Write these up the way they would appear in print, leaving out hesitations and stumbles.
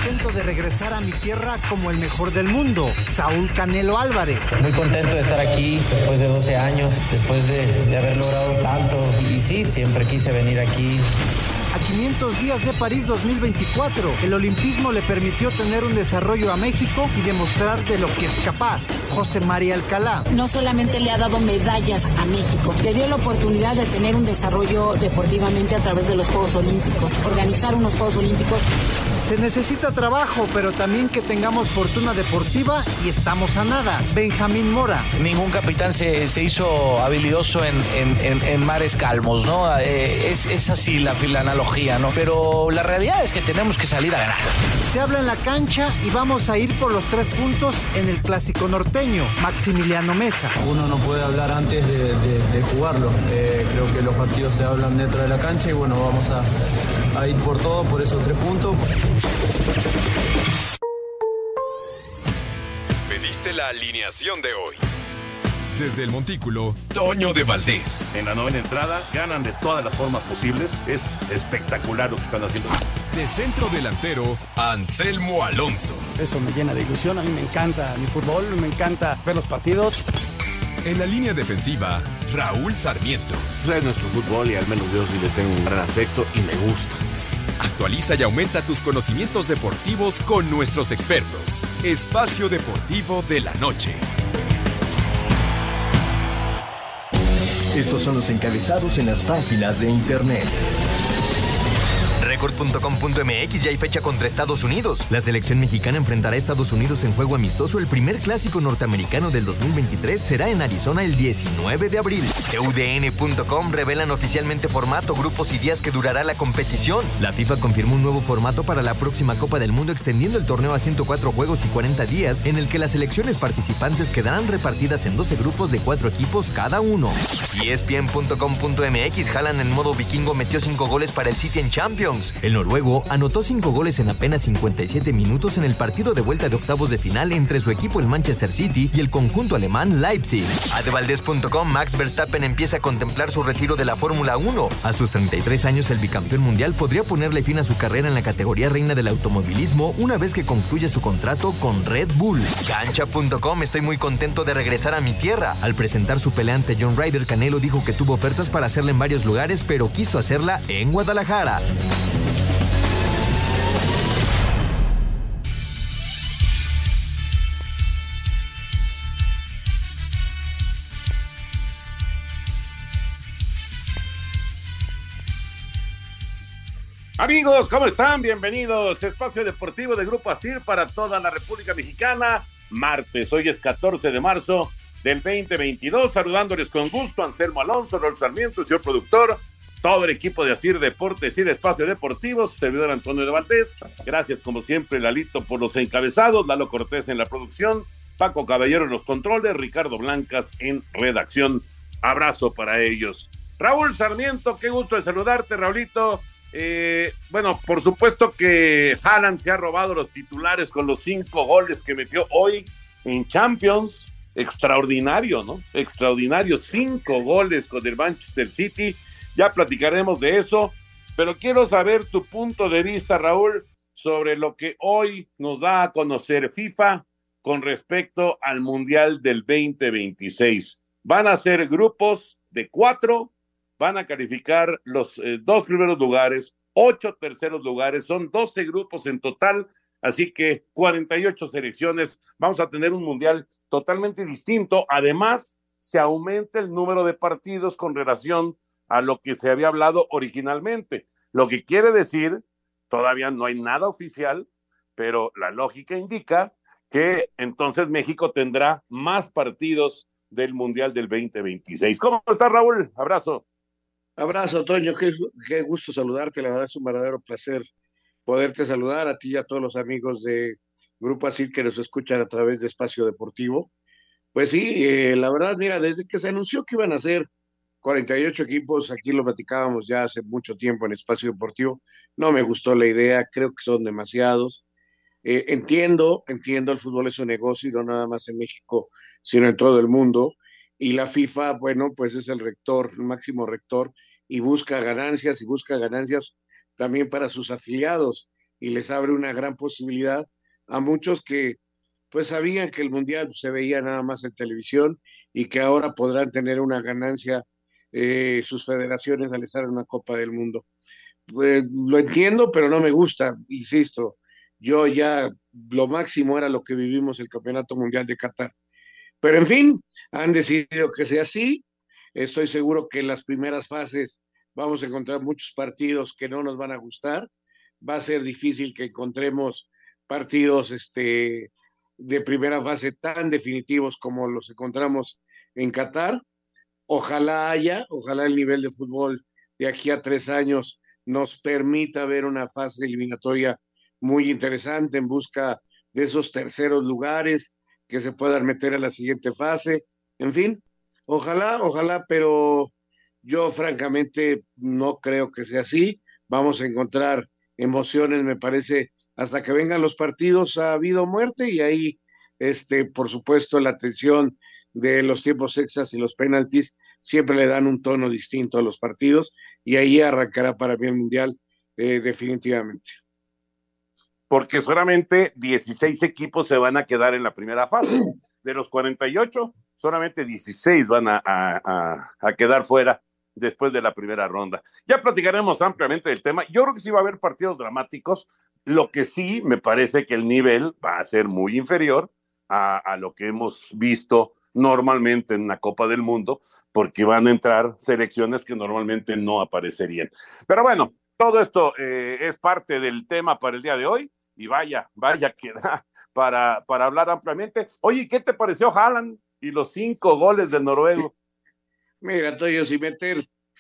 contento de regresar a mi tierra como el mejor del mundo, Saúl Canelo Álvarez. Muy contento de estar aquí después de 12 años, después de haber logrado tanto. Y sí, siempre quise venir aquí. A 500 días de París 2024, el olimpismo le permitió tener un desarrollo a México y demostrar de lo que es capaz. José María Alcalá. No solamente le ha dado medallas a México, le dio la oportunidad de tener un desarrollo deportivamente a través de los Juegos Olímpicos, organizar unos Juegos Olímpicos. Se necesita trabajo, pero también que tengamos fortuna deportiva y estamos a nada. Benjamín Mora. Ningún capitán se hizo habilidoso en mares calmos, ¿no? Es así la analogía, ¿no? Pero la realidad es que tenemos que salir a ganar. Se habla en la cancha y vamos a ir por los 3 puntos en el Clásico Norteño. Maximiliano Mesa. Uno no puede hablar antes de jugarlo. Creo que los partidos se hablan dentro de la cancha y bueno, vamos a ir por todo, por esos 3 puntos. Pediste la alineación de hoy. Desde el Montículo, Toño de Valdés. En la novena entrada, ganan de todas las formas posibles. Es espectacular lo que están haciendo. De centro delantero, Anselmo Alonso. Eso me llena de ilusión. A mí me encanta mi fútbol, me encanta ver los partidos. En la línea defensiva, Raúl Sarmiento. Es nuestro fútbol y al menos yo sí le tengo un gran afecto y me gusta. Actualiza y aumenta tus conocimientos deportivos con nuestros expertos. Espacio Deportivo de la Noche. Estos son los encabezados en las páginas de internet. Record.com.mx ya hay fecha contra Estados Unidos. La selección mexicana enfrentará a Estados Unidos en juego amistoso. El primer clásico norteamericano del 2023 será en Arizona el 19 de abril. UDN.com revelan oficialmente formato, grupos y días que durará la competición. La FIFA confirmó un nuevo formato para la próxima Copa del Mundo, extendiendo el torneo a 104 juegos y 40 días, en el que las selecciones participantes quedarán repartidas en 12 grupos de 4 equipos cada uno. ESPN.com.mx Haaland en modo vikingo metió 5 goles para el City en Champions. El noruego anotó 5 goles en apenas 57 minutos en el partido de vuelta de octavos de final entre su equipo el Manchester City y el conjunto alemán Leipzig. Adevaldez.com Max Verstappen empieza a contemplar su retiro de la Fórmula 1. A sus 33 años el bicampeón mundial podría ponerle fin a su carrera en la categoría reina del automovilismo una vez que concluya su contrato con Red Bull. Cancha.com Estoy muy contento de regresar a mi tierra. Al presentar su pelea ante John Ryder, Canelo dijo que tuvo ofertas para hacerla en varios lugares, pero quiso hacerla en Guadalajara. Amigos, ¿cómo están? Bienvenidos. Espacio Deportivo de Grupo ASIR para toda la República Mexicana. Martes, hoy es 14 de marzo del 2022. Saludándoles con gusto, Anselmo Alonso, Raúl Sarmiento, el señor productor, todo el equipo de ASIR Deportes y el Espacio Deportivo, su servidor Antonio de Valdés. Gracias, como siempre, Lalito, por los encabezados, Lalo Cortés en la producción, Paco Caballero en los controles, Ricardo Blancas en redacción. Abrazo para ellos. Raúl Sarmiento, qué gusto de saludarte, Raulito. Bueno, por supuesto que Haaland se ha robado los titulares con los 5 goles que metió hoy en Champions. Extraordinario, ¿no? Extraordinario, 5 goles con el Manchester City. Ya platicaremos de eso, pero quiero saber tu punto de vista, Raúl, sobre lo que hoy nos da a conocer FIFA con respecto al Mundial del 2026. Van a ser grupos de 4, van a calificar los 2 primeros lugares, 8 terceros lugares, son 12 grupos en total, así que 48 selecciones. Vamos a tener un mundial totalmente distinto. Además, se aumenta el número de partidos con relación a lo que se había hablado originalmente, lo que quiere decir, todavía no hay nada oficial, pero la lógica indica que entonces México tendrá más partidos del Mundial del 2026. ¿Cómo estás, Raúl? Abrazo. Abrazo, Toño, qué gusto saludarte, la verdad es un verdadero placer poderte saludar a ti y a todos los amigos de Grupo ASIR que nos escuchan a través de Espacio Deportivo. Pues sí, la verdad, mira, desde que se anunció que iban a ser 48 equipos, aquí lo platicábamos ya hace mucho tiempo en Espacio Deportivo, no me gustó la idea, creo que son demasiados. Entiendo, el fútbol es un negocio y no nada más en México, sino en todo el mundo. Y la FIFA, bueno, pues es el rector, el máximo rector, y busca ganancias también para sus afiliados. y les abre una gran posibilidad a muchos que pues sabían que el Mundial se veía nada más en televisión y que ahora podrán tener una ganancia sus federaciones al estar en una Copa del Mundo. Pues, lo entiendo, pero no me gusta, insisto. Yo ya lo máximo era lo que vivimos el Campeonato Mundial de Qatar. Pero en fin, han decidido que sea así. Estoy seguro que en las primeras fases vamos a encontrar muchos partidos que no nos van a gustar. Va a ser difícil que encontremos partidos de primera fase tan definitivos como los encontramos en Qatar. Ojalá el nivel de fútbol de aquí a 3 años nos permita ver una fase eliminatoria muy interesante en busca de esos terceros lugares que se puedan meter a la siguiente fase. En fin, ojalá, pero yo francamente no creo que sea así. Vamos a encontrar emociones, me parece, hasta que vengan los partidos ha habido muerte y ahí, por supuesto, la tensión de los tiempos extras y los penaltis siempre le dan un tono distinto a los partidos y ahí arrancará para mí el Mundial definitivamente. Porque solamente 16 equipos se van a quedar en la primera fase. De los 48, solamente 16 van a quedar fuera después de la primera ronda. Ya platicaremos ampliamente del tema. Yo creo que sí va a haber partidos dramáticos. Lo que sí me parece que el nivel va a ser muy inferior a lo que hemos visto normalmente en la Copa del Mundo, porque van a entrar selecciones que normalmente no aparecerían. Pero bueno, todo esto es parte del tema para el día de hoy, y vaya que da para hablar ampliamente. Oye, ¿qué te pareció Haaland y los 5 goles del noruego? Mira, Toyo, si meter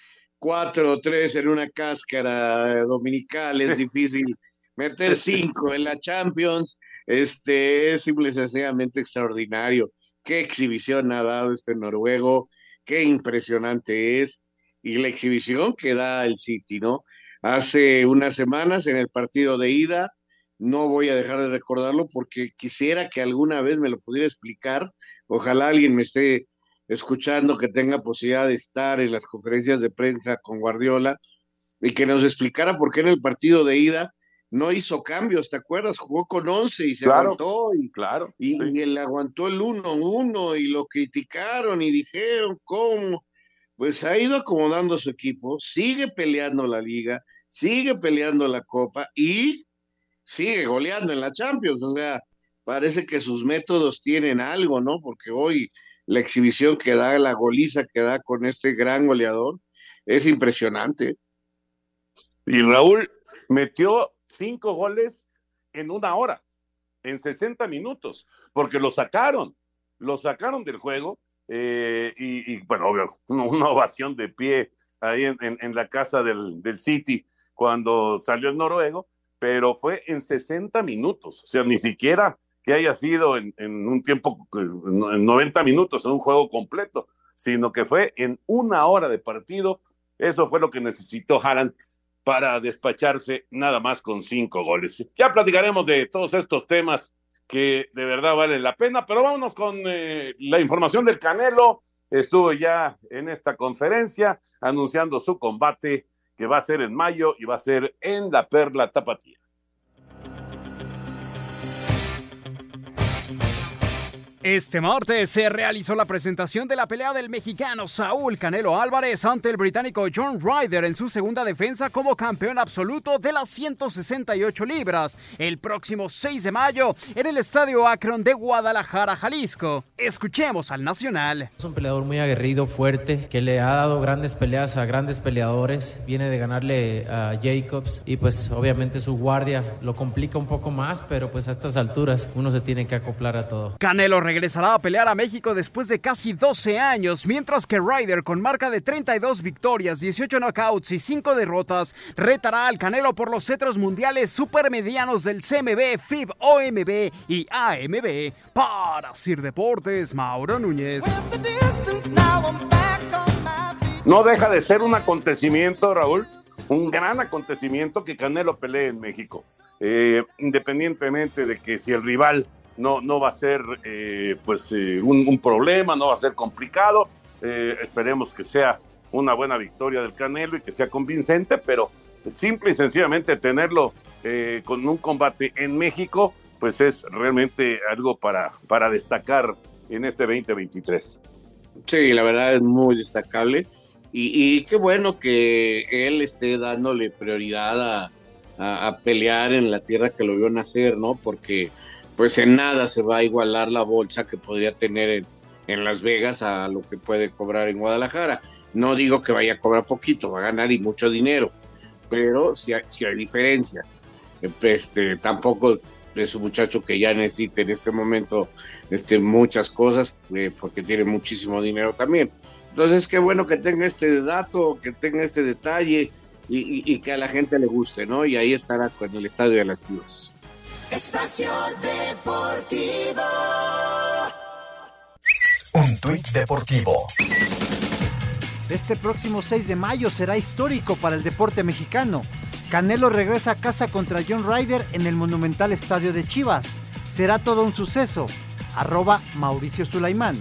4 o 3 en una cáscara dominical es difícil. Meter 5 en la Champions es simple y sencillamente extraordinario. Qué exhibición ha dado este noruego, qué impresionante es, y la exhibición que da el City, ¿no? Hace unas semanas en el partido de ida, no voy a dejar de recordarlo porque quisiera que alguna vez me lo pudiera explicar. Ojalá alguien me esté escuchando que tenga posibilidad de estar en las conferencias de prensa con Guardiola y que nos explicara por qué en el partido de ida no hizo cambios, ¿te acuerdas? Jugó con 11 y se aguantó y él aguantó el 1-1 y lo criticaron y dijeron, ¿cómo? Pues ha ido acomodando su equipo, sigue peleando la liga, sigue peleando la Copa y sigue goleando en la Champions. O sea, parece que sus métodos tienen algo, ¿no? Porque hoy la exhibición que da, la goliza que da con este gran goleador es impresionante. Y Raúl metió 5 goles en 1 hora, en 60 minutos, porque lo sacaron del juego, y bueno, obvio, una ovación de pie ahí en la casa del City cuando salió el noruego, pero fue en 60 minutos, o sea, ni siquiera que haya sido en un tiempo, en 90 minutos, en un juego completo, sino que fue en 1 hora de partido. Eso fue lo que necesitó Haaland para despacharse nada más con 5 goles. Ya platicaremos de todos estos temas que de verdad valen la pena, pero vámonos con la información del Canelo. Estuvo ya en esta conferencia anunciando su combate que va a ser en mayo y va a ser en la Perla Tapatía. Este martes se realizó la presentación de la pelea del mexicano Saúl Canelo Álvarez ante el británico John Ryder en su segunda defensa como campeón absoluto de las 168 libras, el próximo 6 de mayo en el Estadio Akron de Guadalajara, Jalisco. Escuchemos al nacional. Es un peleador muy aguerrido, fuerte, que le ha dado grandes peleas a grandes peleadores. Viene de ganarle a Jacobs y pues obviamente su guardia lo complica un poco más, pero pues a estas alturas uno se tiene que acoplar a todo. Canelo regresará a pelear a México después de casi 12 años, mientras que Ryder, con marca de 32 victorias, 18 knockouts y 5 derrotas, retará al Canelo por los cetros mundiales supermedianos del CMB, FIB, OMB y AMB. Para Sir Deportes, Mauro Núñez. No deja de ser un acontecimiento, Raúl, un gran acontecimiento que Canelo pelee en México, independientemente de que si el rival no va a ser un problema, no va a ser complicado. Esperemos que sea una buena victoria del Canelo y que sea convincente, pero simple y sencillamente tenerlo con un combate en México, pues es realmente algo para destacar en este 2023. Sí, la verdad es muy destacable y qué bueno que él esté dándole prioridad a pelear en la tierra que lo vio nacer, ¿no? Porque pues en nada se va a igualar la bolsa que podría tener en Las Vegas a lo que puede cobrar en Guadalajara. No digo que vaya a cobrar poquito, va a ganar y mucho dinero, pero sí hay diferencia. Tampoco es un muchacho que ya necesite en este momento muchas cosas, porque tiene muchísimo dinero también. Entonces, qué bueno que tenga este dato, que tenga este detalle y que a la gente le guste, ¿no? Y ahí estará con el estadio de las Chivas. Espacio Deportivo. Un tuit deportivo. Este próximo 6 de mayo será histórico para el deporte mexicano. Canelo regresa a casa contra John Ryder en el monumental estadio de Chivas. Será todo un suceso. @Mauricio Sulaimán.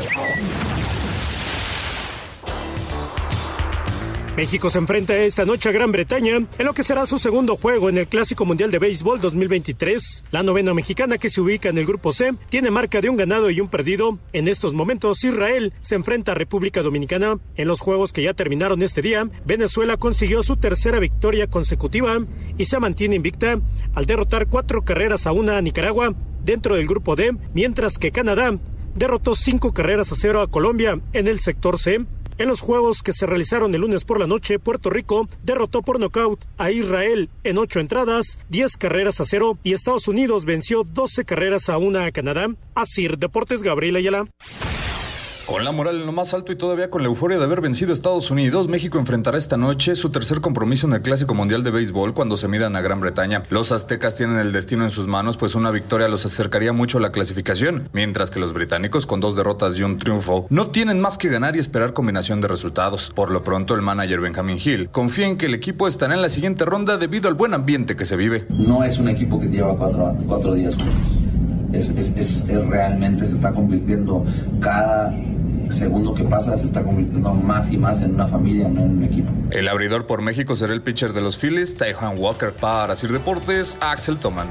México se enfrenta esta noche a Gran Bretaña en lo que será su segundo juego en el Clásico Mundial de Béisbol 2023. La novena mexicana, que se ubica en el Grupo C, tiene marca de un ganado y un perdido. En estos momentos, Israel se enfrenta a República Dominicana. En los juegos que ya terminaron este día, Venezuela consiguió su tercera victoria consecutiva y se mantiene invicta al derrotar 4-1 a Nicaragua dentro del Grupo D, mientras que Canadá derrotó 5-0 a Colombia en el sector C. En los juegos que se realizaron el lunes por la noche, Puerto Rico derrotó por nocaut a Israel en 8 entradas, 10-0, y Estados Unidos venció 12-1 a Canadá. Asir Deportes, Gabriel Ayala. Con la moral en lo más alto y todavía con la euforia de haber vencido a Estados Unidos, México enfrentará esta noche su tercer compromiso en el Clásico Mundial de Béisbol cuando se midan a Gran Bretaña. Los aztecas tienen el destino en sus manos, pues una victoria los acercaría mucho a la clasificación, mientras que los británicos, con 2 derrotas y un triunfo, no tienen más que ganar y esperar combinación de resultados. Por lo pronto, el manager Benjamín Gil confía en que el equipo estará en la siguiente ronda debido al buen ambiente que se vive. No es un equipo que lleva cuatro días juntos. Es realmente se está convirtiendo cada segundo que pasa, se está convirtiendo más y más en una familia, no en un equipo. El abridor por México será el pitcher de los Phillies, Taijuan Walker. Para Sir Deportes, Axel Toman.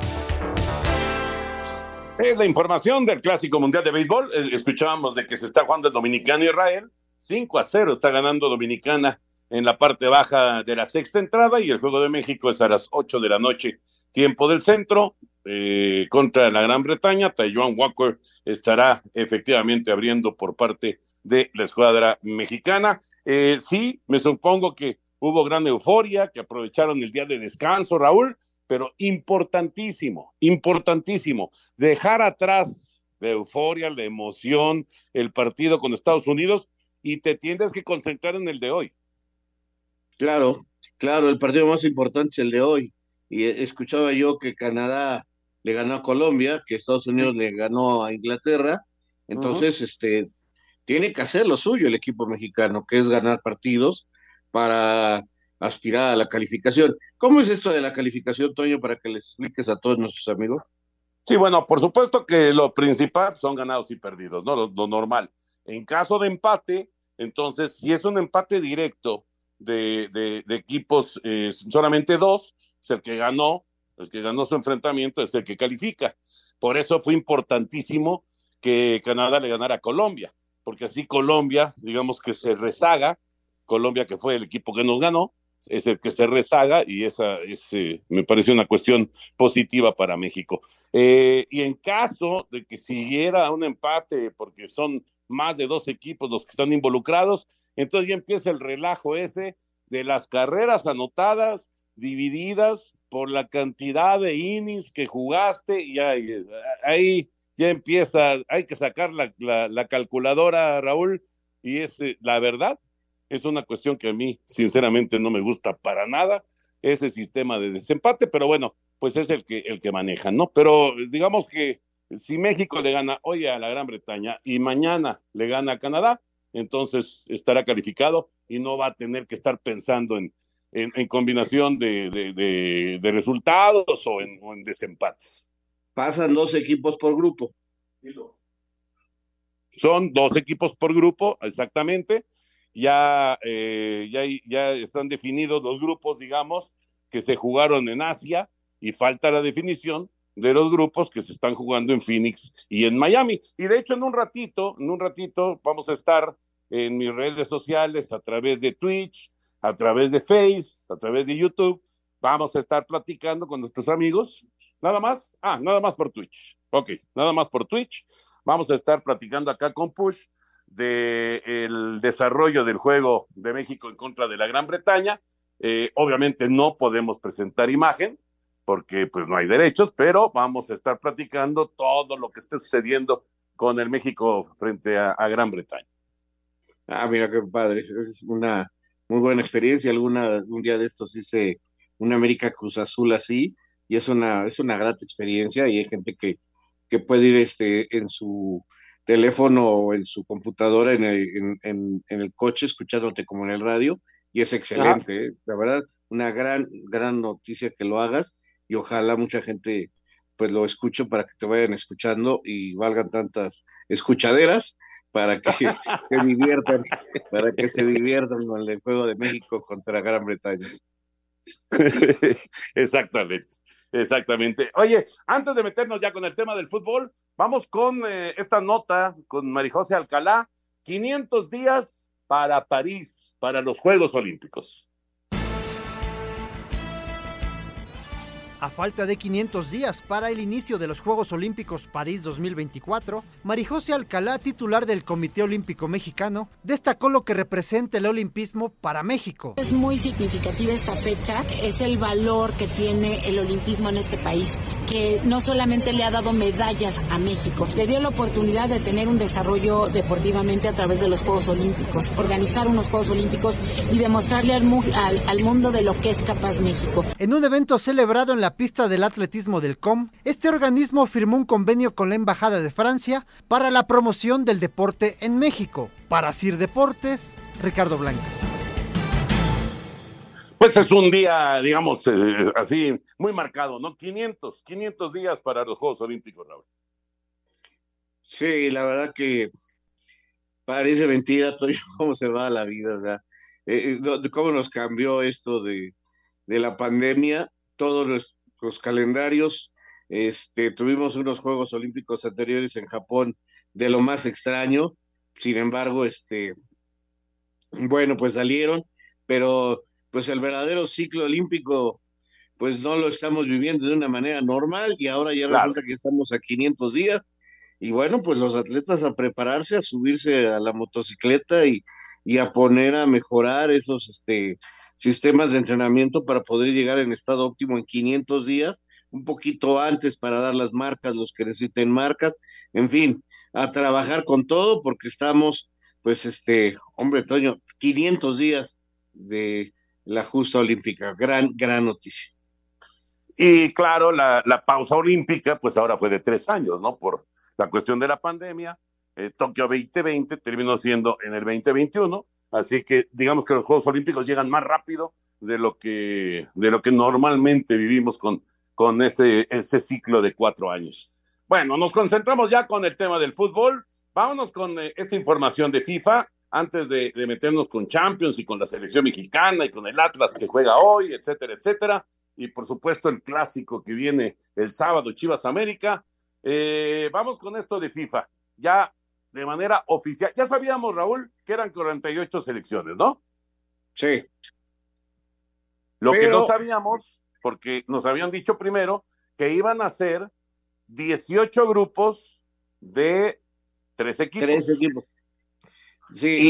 Es la información del Clásico Mundial de Béisbol. Escuchábamos de que se está jugando el Dominicana-Israel. 5-0 está ganando Dominicana en la parte baja de la sexta entrada, y el juego de México es a las 8 de la noche, tiempo del centro, contra la Gran Bretaña. Taijuan Walker estará efectivamente abriendo por parte de la escuadra mexicana. Sí, me supongo que hubo gran euforia, que aprovecharon el día de descanso, Raúl, pero importantísimo, dejar atrás la euforia, la emoción, el partido con Estados Unidos, y te tienes que concentrar en el de hoy. Claro, el partido más importante es el de hoy. Y escuchaba yo que Canadá le ganó a Colombia, que Estados Unidos le ganó a Inglaterra. Entonces, tiene que hacer lo suyo el equipo mexicano, que es ganar partidos para aspirar a la calificación. ¿Cómo es esto de la calificación, Toño, para que les expliques a todos nuestros amigos? Sí, bueno, por supuesto que lo principal son ganados y perdidos, ¿no? Lo normal. En caso de empate, entonces, si es un empate directo de equipos, solamente 2, es el que ganó su enfrentamiento, es el que califica. Por eso fue importantísimo que Canadá le ganara a Colombia, porque así Colombia, digamos que se rezaga. Colombia, que fue el equipo que nos ganó, es el que se rezaga, y esa me parece una cuestión positiva para México. Y en caso de que siguiera un empate, porque son más de 2 equipos los que están involucrados, entonces ya empieza el relajo ese de las carreras anotadas, divididas por la cantidad de innings que jugaste, y ahí ya empieza, hay que sacar la calculadora, Raúl, y la verdad, es una cuestión que a mí, sinceramente, no me gusta para nada, ese sistema de desempate, pero bueno, pues es el que manejan, ¿no? Pero digamos que si México le gana hoy a la Gran Bretaña y mañana le gana a Canadá, entonces estará calificado y no va a tener que estar pensando en combinación de resultados o en desempates. Pasan 2 equipos por grupo. Son 2 equipos por grupo, exactamente. Ya están definidos los grupos, digamos, que se jugaron en Asia. y falta la definición de los grupos que se están jugando en Phoenix y en Miami. Y de hecho en un ratito vamos a estar en mis redes sociales, a través de Twitch, a través de Face, a través de YouTube. Vamos a estar platicando con nuestros amigos, nada más por Twitch. Ok, nada más por Twitch. Vamos a estar platicando acá con Push del desarrollo del juego de México en contra de la Gran Bretaña. Obviamente no podemos presentar imagen, porque pues no hay derechos, pero vamos a estar platicando todo lo que esté sucediendo con el México frente a Gran Bretaña. Mira qué padre, es una muy buena experiencia. Un día de estos hice una América Cruz Azul así, y es una grata experiencia, y hay gente que puede ir en su teléfono o en su computadora, en el coche, escuchándote como en el radio, y es excelente, la verdad, una gran noticia que lo hagas, y ojalá mucha gente pues lo escuche para que te vayan escuchando y valgan tantas escuchaderas para que se diviertan con el juego de México contra Gran Bretaña. Exactamente. Oye, antes de meternos ya con el tema del fútbol, vamos con esta nota con Marijose Alcalá. 500 días para París, para los Juegos Olímpicos. A falta de 500 días para el inicio de los Juegos Olímpicos París 2024, Marijose Alcalá, titular del Comité Olímpico Mexicano, destacó lo que representa el olimpismo para México. Es muy significativa esta fecha, es el valor que tiene el olimpismo en este país, que no solamente le ha dado medallas a México, le dio la oportunidad de tener un desarrollo deportivamente a través de los Juegos Olímpicos, organizar unos Juegos Olímpicos y demostrarle al mundo de lo que es capaz México. En un evento celebrado en la pista del atletismo del COM, este organismo firmó un convenio con la Embajada de Francia para la promoción del deporte en México. Para CIR Deportes, Ricardo Blancas. Pues es un día, digamos, así, muy marcado, ¿no? 500 días para los Juegos Olímpicos, Raúl. Sí, la verdad que parece mentira, Toño, cómo se va la vida, o sea, cómo nos cambió esto de la pandemia. Todos los calendarios, tuvimos unos Juegos Olímpicos anteriores en Japón de lo más extraño. Sin embargo, bueno, pues salieron, pero pues el verdadero ciclo olímpico pues no lo estamos viviendo de una manera normal, y ahora ya resulta que estamos a 500 días, y bueno, pues los atletas a prepararse, a subirse a la motocicleta y a poner a mejorar esos sistemas de entrenamiento para poder llegar en estado óptimo en 500 días, un poquito antes para dar las marcas, los que necesiten marcas, en fin, a trabajar con todo, porque estamos, pues, hombre, Toño, 500 días de la justa olímpica, gran noticia. Y claro, la pausa olímpica, pues ahora fue de 3 años, ¿no? Por la cuestión de la pandemia. Tokio 2020 terminó siendo en el 2021, así que digamos que los Juegos Olímpicos llegan más rápido de lo que normalmente vivimos con ese ciclo de 4 años. Bueno, nos concentramos ya con el tema del fútbol. Vámonos con esta información de FIFA, antes de meternos con Champions y con la selección mexicana y con el Atlas que juega hoy, etcétera, etcétera. Y por supuesto el clásico que viene el sábado, Chivas América. Vamos con esto de FIFA, ya de manera oficial. Ya sabíamos, Raúl, que eran 48 selecciones, ¿no? Sí. Lo que no sabíamos, porque nos habían dicho primero que iban a ser 18 grupos de 3 equipos. 3 equipos. Sí, y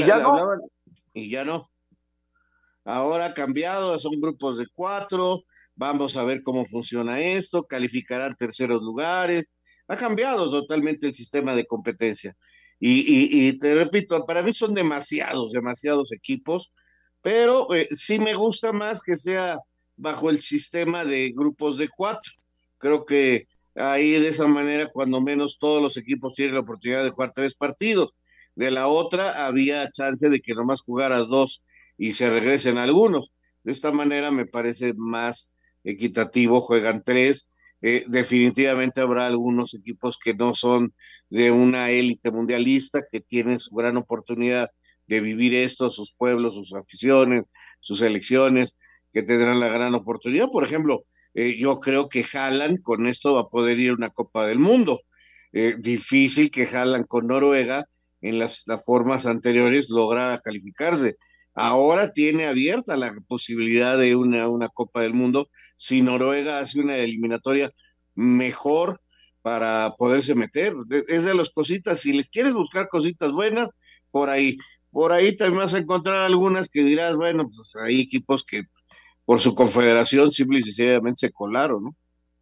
ya no. Ahora ha cambiado, son grupos de 4. Vamos a ver cómo funciona esto, calificarán terceros lugares. Ha cambiado totalmente el sistema de competencia. Y te repito, para mí son demasiados equipos, pero sí me gusta más que sea bajo el sistema de grupos de 4. Creo que ahí de esa manera, cuando menos, todos los equipos tienen la oportunidad de jugar 3 partidos. De la otra, había chance de que nomás jugaras 2 y se regresen algunos. De esta manera me parece más equitativo, juegan 3. Definitivamente habrá algunos equipos que no son de una élite mundialista, que tienen su gran oportunidad de vivir esto, sus pueblos, sus aficiones, sus selecciones, que tendrán la gran oportunidad. Por ejemplo, yo creo que Haaland con esto va a poder ir a una Copa del Mundo. Difícil que Haaland con Noruega en las formas anteriores lograra calificarse. Ahora tiene abierta la posibilidad de una Copa del Mundo si Noruega hace una eliminatoria mejor para poderse meter. Es de las cositas, si les quieres buscar cositas buenas, por ahí también vas a encontrar algunas que dirás, bueno, pues hay equipos que por su confederación simple y sencillamente se colaron, ¿no?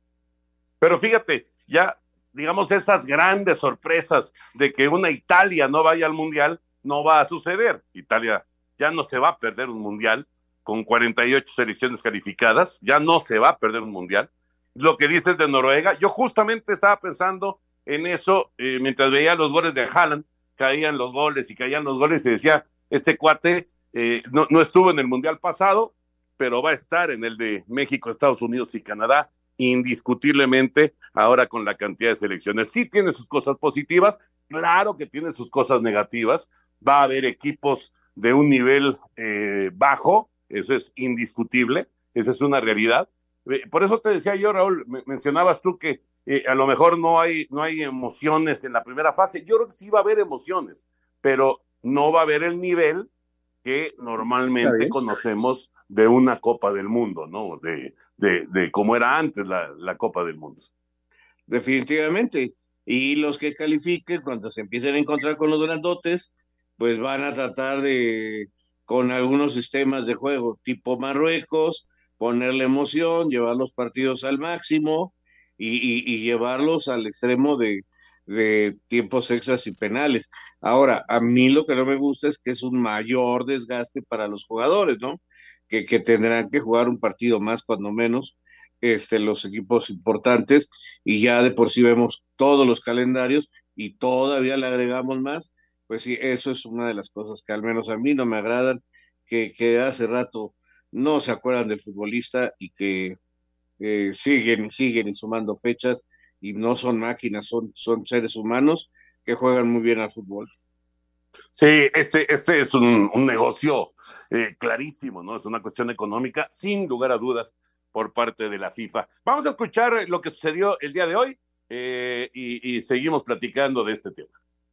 Pero fíjate, ya digamos esas grandes sorpresas de que una Italia no vaya al Mundial, no va a suceder. Italia ya no se va a perder un Mundial con 48 selecciones calificadas, ya no se va a perder un Mundial. Lo que dices de Noruega, yo justamente estaba pensando en eso mientras veía los goles de Haaland, caían los goles y decía, este cuate no estuvo en el Mundial pasado, pero va a estar en el de México, Estados Unidos y Canadá, indiscutiblemente, ahora con la cantidad de selecciones. Sí tiene sus cosas positivas, claro que tiene sus cosas negativas, va a haber equipos de un nivel bajo, eso es indiscutible, esa es una realidad. Por eso te decía yo, Raúl, mencionabas tú que a lo mejor no hay emociones en la primera fase. Yo creo que sí va a haber emociones, pero no va a haber el nivel que normalmente conocemos de una Copa del Mundo, ¿no? De cómo era antes la Copa del Mundo. Definitivamente. Y los que califiquen, cuando se empiecen a encontrar con los grandotes, pues van a tratar con algunos sistemas de juego tipo Marruecos, ponerle emoción, llevar los partidos al máximo y llevarlos al extremo de tiempos extras y penales. Ahora, a mí lo que no me gusta es que es un mayor desgaste para los jugadores, ¿no? Que tendrán que jugar un partido más, cuando menos, los equipos importantes, y ya de por sí vemos todos los calendarios y todavía le agregamos más. Pues sí, eso es una de las cosas que al menos a mí no me agradan, que hace rato no se acuerdan del futbolista y que siguen y sumando fechas, y no son máquinas, son seres humanos que juegan muy bien al fútbol. Sí, este es un negocio clarísimo, ¿no? Es una cuestión económica, sin lugar a dudas, por parte de la FIFA. Vamos a escuchar lo que sucedió el día de hoy y seguimos platicando de este tema.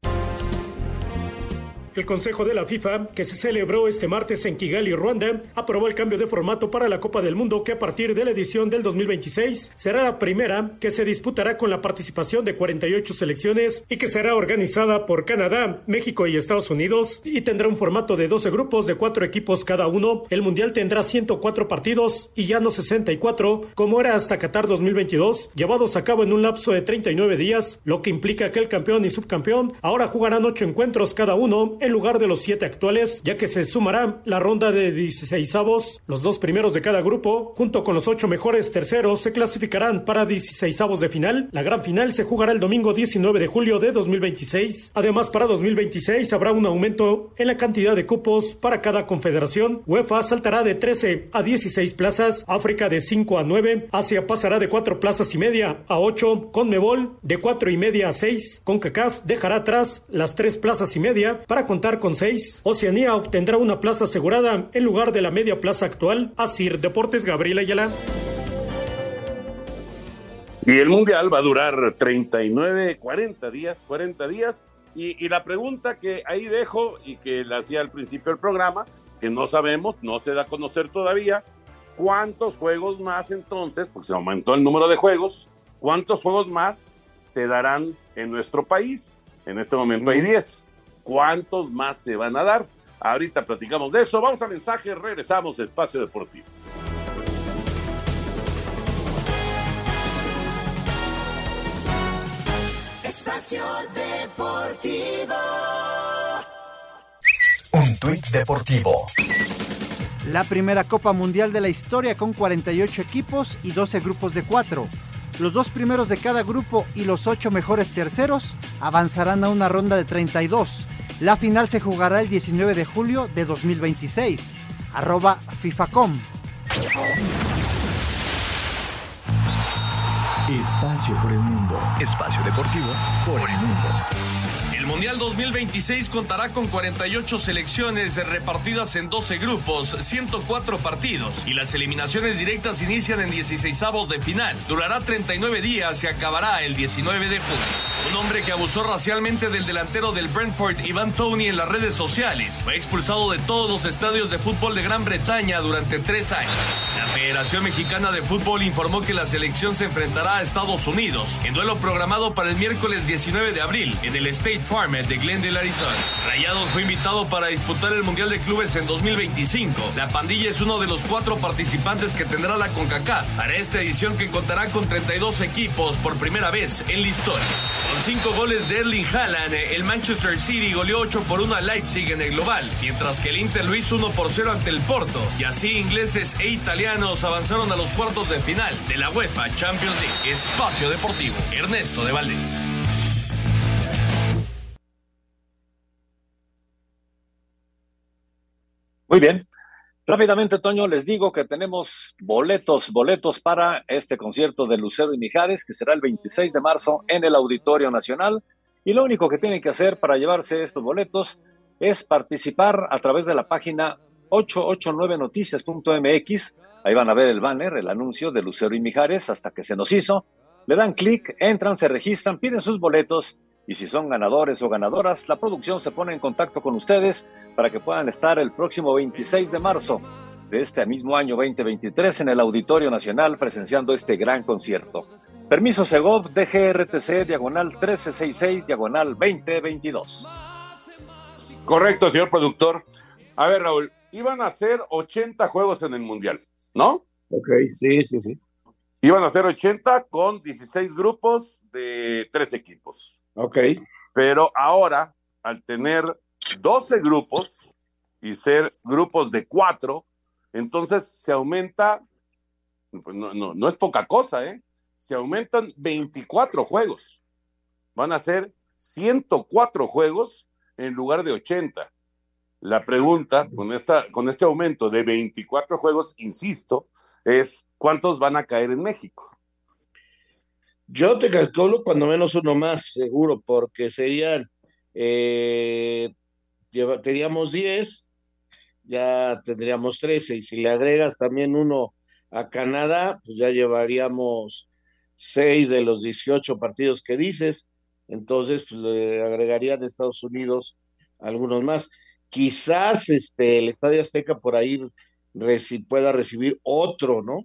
El Consejo de la FIFA, que se celebró este martes en Kigali, Ruanda, aprobó el cambio de formato para la Copa del Mundo, que a partir de la edición del 2026 será la primera que se disputará con la participación de 48 selecciones y que será organizada por Canadá, México y Estados Unidos, y tendrá un formato de 12 grupos de 4 equipos cada uno. El Mundial tendrá 104 partidos y ya no 64, como era hasta Qatar 2022, llevados a cabo en un lapso de 39 días, lo que implica que el campeón y subcampeón ahora jugarán 8 encuentros cada uno, en lugar de los 7 actuales, ya que se sumará la ronda de 16avos. Los 2 primeros de cada grupo, junto con los 8 mejores terceros, se clasificarán para 16avos de final. La gran final se jugará el domingo 19 de julio de 2026. Además, para 2026 habrá un aumento en la cantidad de cupos para cada confederación. UEFA saltará de 13 a 16 plazas, África de 5 a 9, Asia pasará de 4 plazas y media a 8, CONMEBOL de 4 y media a 6, CONCACAF dejará atrás las 3 plazas y media para contar con 6. Oceanía obtendrá una plaza asegurada en lugar de la media plaza actual. Asir Deportes, Gabriel Ayala. Y el Mundial va a durar 40 días. Y la pregunta que ahí dejo y que la hacía al principio del programa, que no sabemos, no se da a conocer todavía, ¿cuántos juegos más entonces, porque se aumentó el número de juegos, cuántos juegos más se darán en nuestro país? En este momento hay 10. ¿Cuántos más se van a dar? Ahorita platicamos de eso. Vamos a mensaje, regresamos a Espacio Deportivo. Espacio Deportivo. Un tuit deportivo. La primera Copa Mundial de la historia con 48 equipos y 12 grupos de 4. Los 2 primeros de cada grupo y los 8 mejores terceros avanzarán a una ronda de 32. La final se jugará el 19 de julio de 2026. @FIFA.com. Espacio por el mundo. Espacio deportivo por el mundo. El Mundial 2026 contará con 48 selecciones repartidas en 12 grupos, 104 partidos, y las eliminaciones directas inician en 16avos de final. Durará 39 días y acabará el 19 de junio. Un hombre que abusó racialmente del delantero del Brentford, Ivan Toney, en las redes sociales, fue expulsado de todos los estadios de fútbol de Gran Bretaña durante 3 años. La Federación Mexicana de Fútbol informó que la selección se enfrentará a Estados Unidos en duelo programado para el miércoles 19 de abril en el State Farm de Glendale, Arizona. Rayados fue invitado para disputar el Mundial de Clubes en 2025. La pandilla es uno de los 4 participantes que tendrá la CONCACAF para esta edición, que contará con 32 equipos por primera vez en la historia. Con 5 goles de Erling Haaland, el Manchester City goleó 8-1 a Leipzig en el global, mientras que el Inter lo hizo 1-0 ante el Porto, y así ingleses e italianos avanzaron a los cuartos de final de la UEFA Champions League. Espacio Deportivo, Ernesto de Valdés. Muy bien. Rápidamente, Toño, les digo que tenemos boletos para este concierto de Lucero y Mijares, que será el 26 de marzo en el Auditorio Nacional. Y lo único que tienen que hacer para llevarse estos boletos es participar a través de la página 889noticias.mx. Ahí van a ver el banner, el anuncio de Lucero y Mijares, hasta que se nos hizo. Le dan clic, entran, se registran, piden sus boletos. Y si son ganadores o ganadoras, la producción se pone en contacto con ustedes para que puedan estar el próximo 26 de marzo de este mismo año 2023 en el Auditorio Nacional presenciando este gran concierto. Permiso Segov, DGRTC, diagonal 1366, diagonal 2022. Correcto, señor productor. A ver, Raúl, iban a ser 80 juegos en el Mundial, ¿no? Ok, sí. Iban a ser 80 con 16 grupos de 3 equipos. Ok. Pero ahora, al tener 12 grupos y ser grupos de 4, entonces se aumenta, pues no es poca cosa, se aumentan 24 juegos. Van a ser 104 juegos en lugar de 80. La pregunta, con este aumento de 24 juegos, insisto, es ¿cuántos van a caer en México? Yo te calculo cuando menos uno más, seguro, porque serían, teníamos 10, ya tendríamos 13, y si le agregas también uno a Canadá, pues ya llevaríamos 6 de los 18 partidos que dices, entonces pues, le agregarían Estados Unidos algunos más. Quizás el Estadio Azteca por ahí pueda recibir otro, ¿no?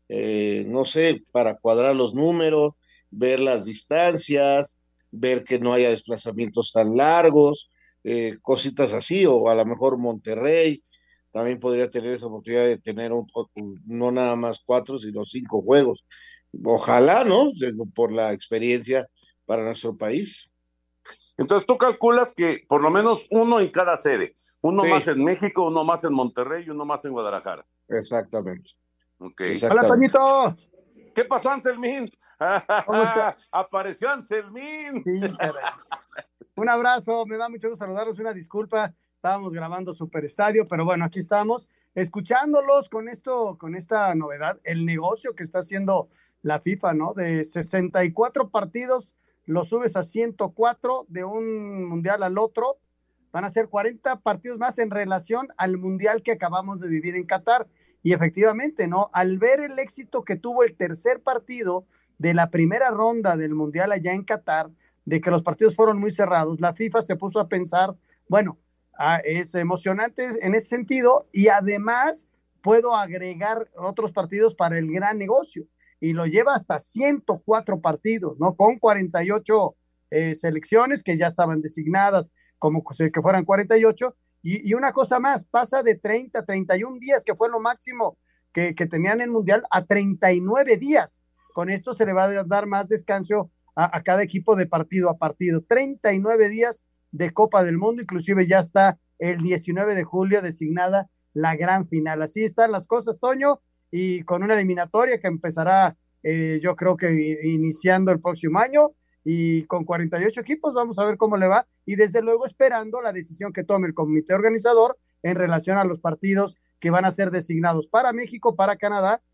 No sé, para cuadrar los números, ver las distancias, ver que no haya desplazamientos tan largos, cositas así, o a lo mejor Monterrey también podría tener esa oportunidad de tener no nada más 4, sino 5 juegos. Ojalá, ¿no? Por la experiencia para nuestro país. Entonces tú calculas que por lo menos uno en cada sede, uno Sí. más en México, uno más en Monterrey y uno más en Guadalajara. Exactamente. Okay. Hola, Toñito. ¿Qué pasó, Anselmín? ¿Cómo está? Apareció Anselmín. Sí, caray. Un abrazo, me da mucho gusto saludarlos, una disculpa, estábamos grabando Super Estadio, pero bueno, aquí estamos, escuchándolos con esta novedad, el negocio que está haciendo la FIFA, ¿no? De 64 partidos, lo subes a 104 de un mundial al otro, van a ser 40 partidos más en relación al mundial que acabamos de vivir en Qatar. Y efectivamente, ¿no? Al ver el éxito que tuvo el tercer partido de la primera ronda del mundial allá en Qatar, de que los partidos fueron muy cerrados, la FIFA se puso a pensar, bueno, es emocionante en ese sentido y además puedo agregar otros partidos para el gran negocio. Y lo lleva hasta 104 partidos, ¿no? Con 48 selecciones que ya estaban designadas como que fueran 48. Y una cosa más, pasa de 30, 31 días, que fue lo máximo que tenían en el Mundial, a 39 días. Con esto se le va a dar más descanso a cada equipo de partido a partido. 39 días de Copa del Mundo, inclusive ya está el 19 de julio designada la gran final. Así están las cosas, Toño, y con una eliminatoria que empezará, yo creo que iniciando el próximo año, y con 48 equipos, vamos a ver cómo le va, y desde luego esperando la decisión que tome el comité organizador en relación a los partidos que van a ser designados para México, para Canadá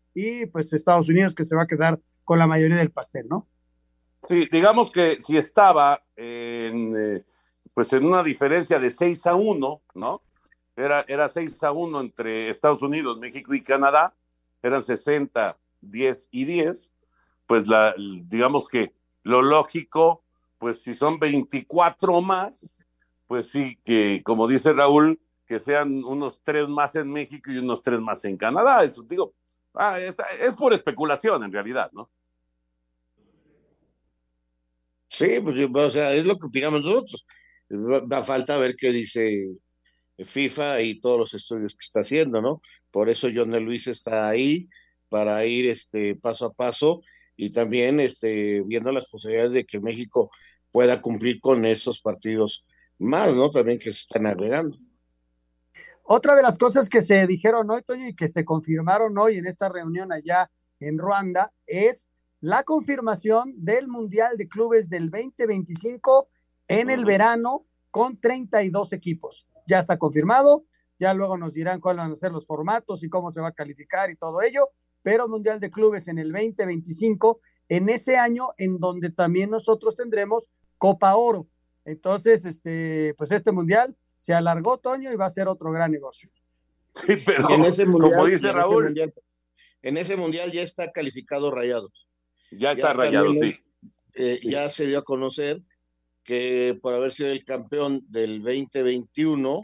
y pues Estados Unidos que se va a quedar con la mayoría del pastel, ¿no? Sí, digamos que si estaba pues en una diferencia de 6-1, ¿no? Era 6-1 entre Estados Unidos, México y Canadá, eran 60, 10 y 10, pues digamos que lo lógico, pues si son 24 más, pues sí, que como dice Raúl, que sean unos 3 más en México y unos 3 más en Canadá. Eso digo, es por especulación en realidad, ¿no? Sí, pues, o sea, es lo que opinamos nosotros. Va a falta ver qué dice FIFA y todos los estudios que está haciendo, ¿no? Por eso John de Luis está ahí para ir paso a paso y también viendo las posibilidades de que México pueda cumplir con esos partidos más, ¿no? También que se están agregando. Otra de las cosas que se dijeron hoy, Toño, y que se confirmaron hoy en esta reunión allá en Ruanda, es la confirmación del Mundial de Clubes del 2025 en el verano con 32 equipos. Ya está confirmado, ya luego nos dirán cuáles van a ser los formatos y cómo se va a calificar y todo ello, pero Mundial de Clubes en el 2025, en ese año en donde también nosotros tendremos Copa Oro. Entonces, pues este Mundial se alargó, Toño, y va a ser otro gran negocio. Sí, pero en ese mundial, como dice Raúl, en ese mundial ya está calificado Rayados. Ya está Rayados, sí. Ya se dio a conocer que por haber sido el campeón del 2021,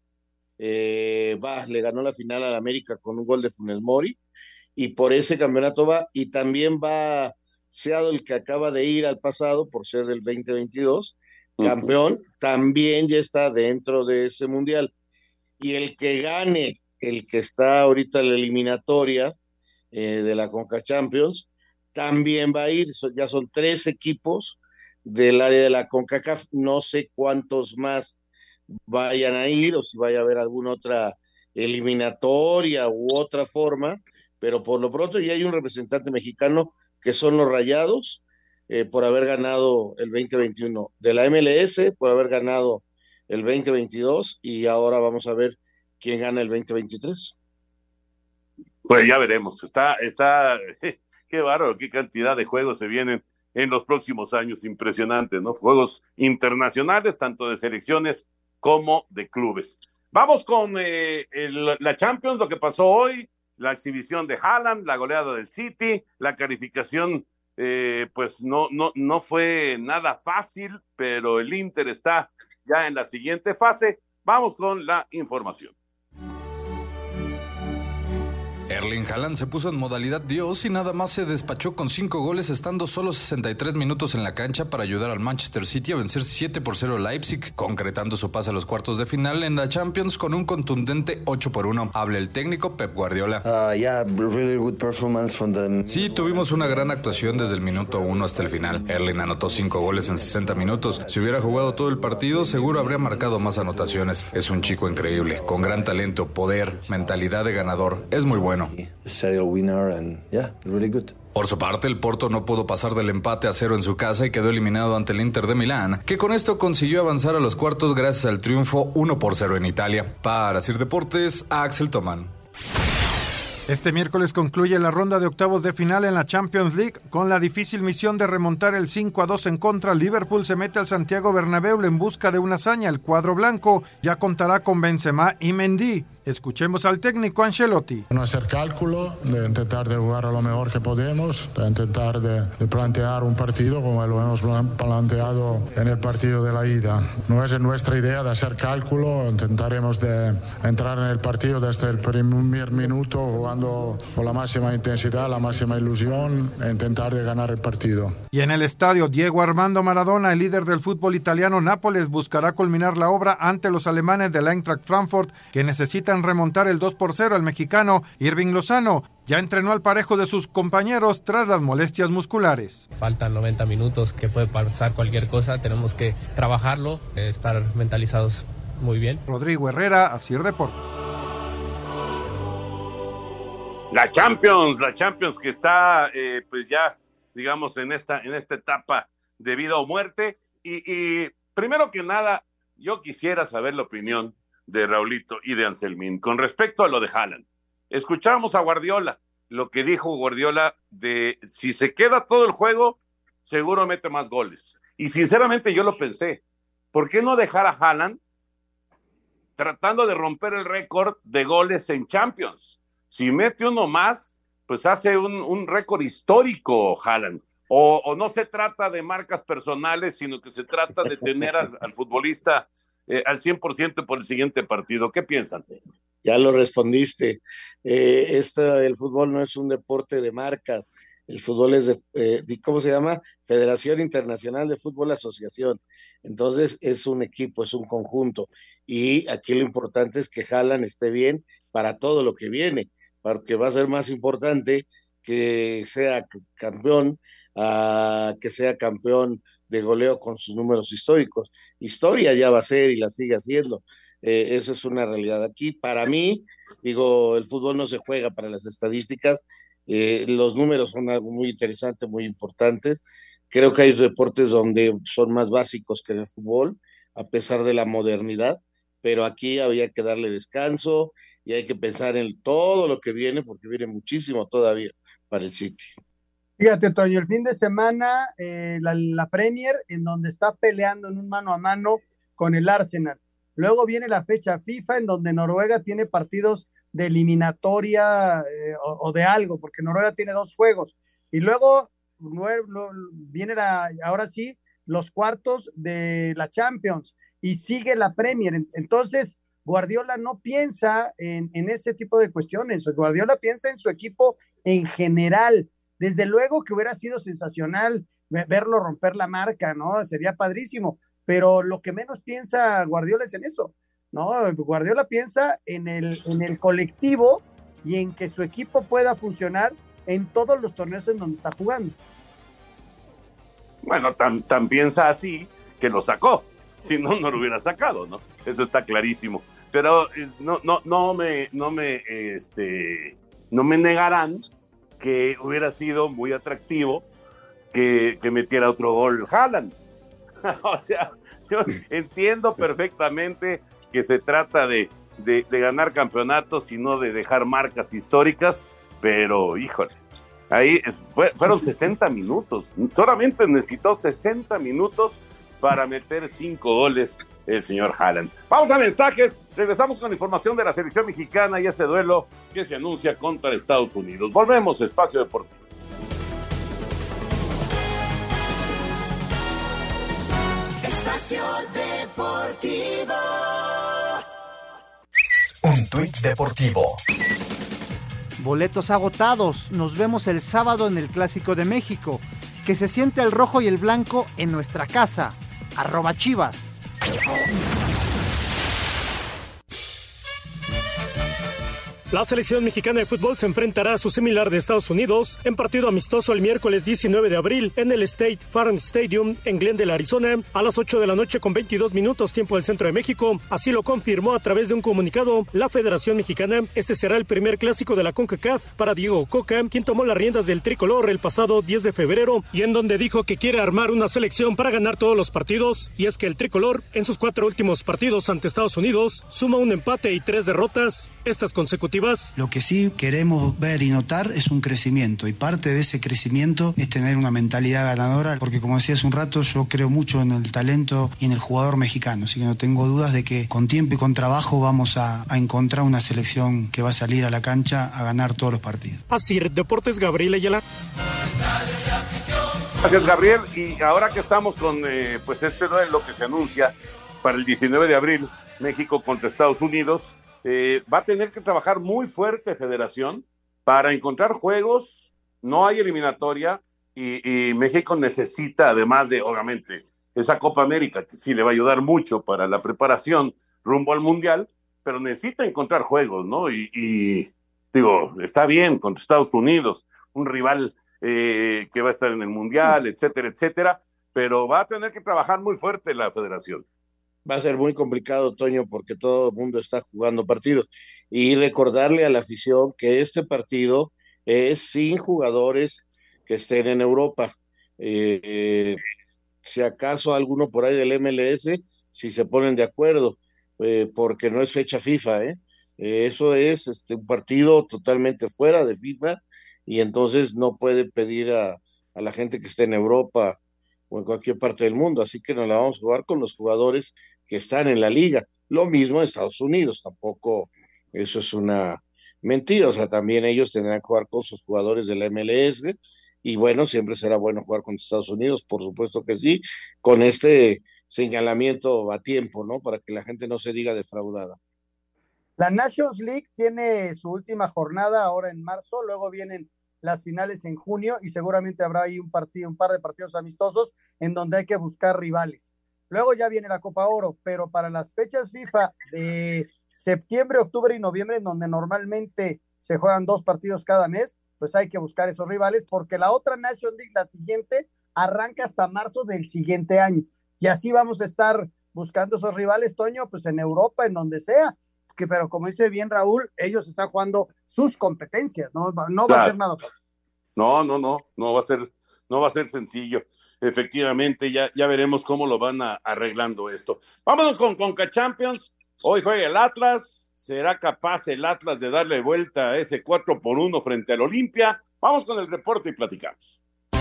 le ganó la final al América con un gol de Funes Mori, y por ese campeonato va, y también va Seattle, que acaba de ir al pasado por ser del 2022, campeón, también ya está dentro de ese mundial. Y el que gane, el que está ahorita en la eliminatoria de la Conca Champions, también va a ir. Ya son 3 equipos del área de la CONCACAF, no sé cuántos más vayan a ir o si vaya a haber alguna otra eliminatoria u otra forma, pero por lo pronto ya hay un representante mexicano que son los Rayados, por haber ganado el 2021, de la MLS por haber ganado el 2022, y ahora vamos a ver quién gana el 2023. Pues ya veremos, qué bárbaro, qué cantidad de juegos se vienen en los próximos años, impresionante, ¿no? Juegos internacionales, tanto de selecciones como de clubes. Vamos con la Champions, lo que pasó hoy, la exhibición de Haaland, la goleada del City, la calificación, pues no fue nada fácil, pero el Inter está ya en la siguiente fase. Vamos con la información. Erling Haaland se puso en modalidad Dios y nada más se despachó con 5 goles, estando solo 63 minutos en la cancha para ayudar al Manchester City a vencer 7-0 al Leipzig, concretando su pase a los cuartos de final en la Champions con un contundente 8-1. Habla el técnico Pep Guardiola. Sí, tuvimos una gran actuación desde el minuto 1 hasta el final. Erling anotó 5 goles en 60 minutos. Si hubiera jugado todo el partido, seguro habría marcado más anotaciones. Es un chico increíble, con gran talento, poder, mentalidad de ganador. Es muy bueno. Por su parte, el Porto no pudo pasar del empate a 0 en su casa y quedó eliminado ante el Inter de Milán, que con esto consiguió avanzar a los cuartos gracias al triunfo 1-0 en Italia. Para Sir Deportes, Axel Tomán. Este miércoles concluye la ronda de octavos de final en la Champions League con la difícil misión de remontar el 5-2 en contra. Liverpool se mete al Santiago Bernabéu en busca de una hazaña. El cuadro blanco ya contará con Benzema y Mendy. Escuchemos al técnico Ancelotti. No hacer cálculo, de intentar de jugar a lo mejor que podemos, de intentar de plantear un partido como lo hemos planteado en el partido de la ida. No es nuestra idea de hacer cálculo, intentaremos de entrar en el partido desde el primer minuto jugando con la máxima intensidad, la máxima ilusión e intentar de ganar el partido. Y en el estadio Diego Armando Maradona, el líder del fútbol italiano, Nápoles buscará culminar la obra ante los alemanes del Eintracht Frankfurt, que necesitan remontar el 2-0. El mexicano Irving Lozano ya entrenó al parejo de sus compañeros tras las molestias musculares. Faltan 90 minutos, que puede pasar cualquier cosa, tenemos que trabajarlo, estar mentalizados muy bien. Rodrigo Herrera, Asir Deportes. La Champions que está pues ya, digamos, en esta etapa de vida o muerte. Y primero que nada, yo quisiera saber la opinión de Raulito y de Anselmín con respecto a lo de Haaland. Escuchamos a Guardiola, lo que dijo Guardiola de si se queda todo el juego, seguro mete más goles. Y sinceramente yo lo pensé. ¿Por qué no dejar a Haaland tratando de romper el récord de goles en Champions? Si mete uno más, pues hace un récord histórico Haaland. O no se trata de marcas personales, sino que se trata de tener al futbolista al 100% por el siguiente partido. ¿Qué piensan? Ya lo respondiste. El fútbol no es un deporte de marcas. El fútbol es ¿cómo se llama? Federación Internacional de Fútbol Asociación. Entonces es un equipo, es un conjunto. Y aquí lo importante es que Haaland esté bien para todo lo que viene, porque va a ser más importante que sea campeón a que sea campeón de goleo con sus números históricos. Historia ya va a ser y la sigue haciendo. Eso es una realidad. Aquí, para mí, digo, el fútbol no se juega para las estadísticas. Los números son algo muy interesante, muy importantes. Creo que hay deportes donde son más básicos que en el fútbol, a pesar de la modernidad, pero aquí había que darle descanso y hay que pensar en todo lo que viene, porque viene muchísimo todavía para el City. Fíjate, Toño, el fin de semana la Premier, en donde está peleando en un mano a mano con el Arsenal. Luego viene la fecha FIFA, en donde Noruega tiene partidos de eliminatoria o de algo, porque Noruega tiene 2 juegos. Y luego viene ahora sí los cuartos de la Champions y sigue la Premier. Entonces, Guardiola no piensa en ese tipo de cuestiones. Guardiola piensa en su equipo en general. Desde luego que hubiera sido sensacional verlo romper la marca, ¿no? Sería padrísimo, pero lo que menos piensa Guardiola es en eso, ¿no? Guardiola piensa en el colectivo y en que su equipo pueda funcionar en todos los torneos en donde está jugando. Bueno, tan piensa así que lo sacó, si no lo hubiera sacado, ¿no? Eso está clarísimo. Pero no me negarán que hubiera sido muy atractivo que metiera otro gol Haaland. O sea, yo entiendo perfectamente que se trata de ganar campeonatos y no de dejar marcas históricas, pero híjole, ahí fueron 60 minutos, solamente necesitó 60 minutos para meter 5 goles el señor Haaland. Vamos a mensajes, regresamos con información de la selección mexicana y ese duelo que se anuncia contra Estados Unidos. Volvemos a Espacio Deportivo. Espacio Deportivo. Un tuit deportivo. Boletos agotados. Nos vemos el sábado en el Clásico de México. Que se siente el rojo y el blanco en nuestra casa. @Chivas. La selección mexicana de fútbol se enfrentará a su similar de Estados Unidos en partido amistoso el miércoles 19 de abril en el State Farm Stadium en Glendale, Arizona, a las 8 de la noche con 22 minutos tiempo del centro de México. Así lo confirmó a través de un comunicado la Federación Mexicana. Este será el primer clásico de la CONCACAF para Diego Coca, quien tomó las riendas del tricolor el pasado 10 de febrero y en donde dijo que quiere armar una selección para ganar todos los partidos. Y es que el tricolor, en sus 4 últimos partidos ante Estados Unidos, suma un empate y 3 derrotas, estas consecutivas. Lo que sí queremos ver y notar es un crecimiento, y parte de ese crecimiento es tener una mentalidad ganadora, porque como decía hace un rato, yo creo mucho en el talento y en el jugador mexicano, así que no tengo dudas de que con tiempo y con trabajo vamos a encontrar una selección que va a salir a la cancha a ganar todos los partidos. Así, Deportes, Gabriel Ayala. Gracias, Gabriel. Y ahora que estamos con pues este duelo que se anuncia para el 19 de abril, México contra Estados Unidos, va a tener que trabajar muy fuerte Federación para encontrar juegos. No hay eliminatoria y México necesita, además de, obviamente, esa Copa América, que sí le va a ayudar mucho para la preparación rumbo al Mundial, pero necesita encontrar juegos, ¿no? Y digo, está bien contra Estados Unidos, un rival que va a estar en el Mundial, etcétera, etcétera, pero va a tener que trabajar muy fuerte la Federación. Va a ser muy complicado, Toño, porque todo el mundo está jugando partidos. Y recordarle a la afición que este partido es sin jugadores que estén en Europa. Si acaso alguno por ahí del MLS, si se ponen de acuerdo, porque no es fecha FIFA, Eso es un partido totalmente fuera de FIFA y entonces no puede pedir a la gente que esté en Europa o en cualquier parte del mundo, así que nos la vamos a jugar con los jugadores que están en la liga. Lo mismo en Estados Unidos, tampoco eso es una mentira, o sea, también ellos tendrán que jugar con sus jugadores de la MLS, y bueno, siempre será bueno jugar con Estados Unidos, por supuesto que sí, con este señalamiento a tiempo, ¿no? Para que la gente no se diga defraudada. La Nations League tiene su última jornada ahora en marzo, luego vienen las finales en junio y seguramente habrá ahí un par de partidos amistosos en donde hay que buscar rivales. Luego ya viene la Copa Oro, pero para las fechas FIFA de septiembre, octubre y noviembre, en donde normalmente se juegan 2 partidos cada mes, pues hay que buscar esos rivales, porque la otra Nations League, la siguiente, arranca hasta marzo del siguiente año. Y así vamos a estar buscando esos rivales, Toño, pues en Europa, en donde sea. Pero como dice bien Raúl, ellos están jugando sus competencias, no va a ser nada fácil. No va a ser sencillo. Efectivamente, ya veremos cómo lo van arreglando esto. Vámonos con Conca Champions. Hoy juega el Atlas. ¿Será capaz el Atlas de darle vuelta a ese 4-1 frente al Olimpia? Vamos con el reporte y platicamos.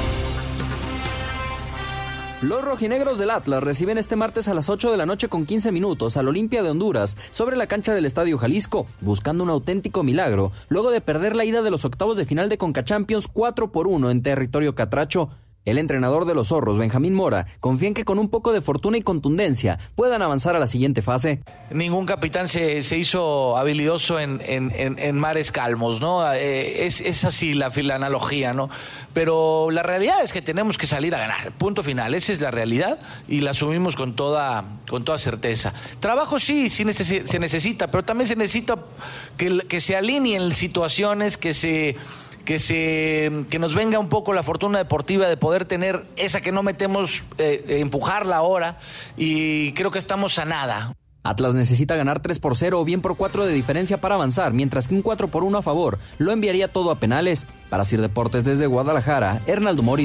Los rojinegros del Atlas reciben este martes a las 8 de la noche con 15 minutos al Olimpia de Honduras sobre la cancha del Estadio Jalisco, buscando un auténtico milagro, luego de perder la ida de los octavos de final de Conca Champions 4-1 en territorio catracho. El entrenador de los zorros, Benjamín Mora, confía en que con un poco de fortuna y contundencia puedan avanzar a la siguiente fase. Ningún capitán se hizo habilidoso en mares calmos, ¿no? Es así la analogía, ¿no? Pero la realidad es que tenemos que salir a ganar, punto final. Esa es la realidad y la asumimos con toda certeza. Trabajo sí se necesita, pero también se necesita que se alineen situaciones, que nos venga un poco la fortuna deportiva de poder tener esa que no metemos, empujarla ahora, y creo que estamos a nada. Atlas necesita ganar 3-0 o bien por 4 de diferencia para avanzar, mientras que un 4-1 a favor lo enviaría todo a penales. Para Sir Deportes desde Guadalajara, Hernaldo Moritz.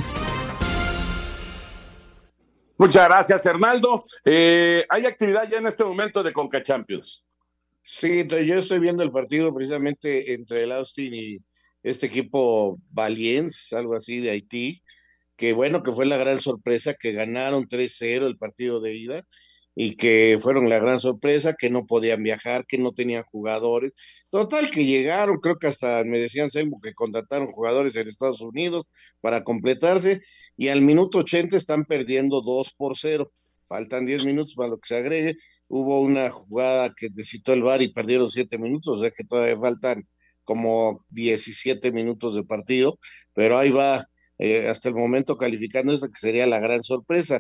Muchas gracias, Hernaldo. ¿Hay actividad ya en este momento de Conca Champions? Sí, yo estoy viendo el partido precisamente entre el Austin y este equipo Valiens, algo así de Haití, que bueno, que fue la gran sorpresa, que ganaron 3-0 el partido de ida, y que fueron la gran sorpresa, que no podían viajar, que no tenían jugadores. Total, que llegaron, creo que hasta me decían Sembo que contrataron jugadores en Estados Unidos para completarse, y al minuto 80 están perdiendo 2-0. Faltan 10 minutos para lo que se agregue. Hubo una jugada que necesitó el VAR y perdieron 7 minutos, o sea que todavía faltan como 17 minutos de partido, pero ahí va, hasta el momento calificando esto, que sería la gran sorpresa,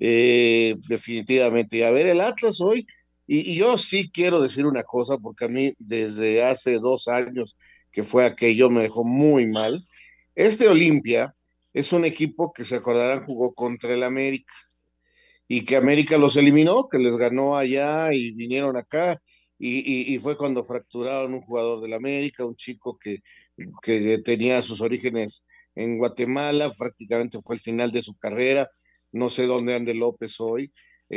definitivamente. Y a ver el Atlas hoy, y yo sí quiero decir una cosa, porque a mí desde hace 2 años que fue aquello me dejó muy mal. Este Olimpia es un equipo que, se acordarán, jugó contra el América, y que América los eliminó, que les ganó allá y vinieron acá, y fue cuando fracturaron un jugador del América, un chico que tenía sus orígenes en Guatemala, prácticamente fue el final de su carrera. No sé dónde ande López hoy.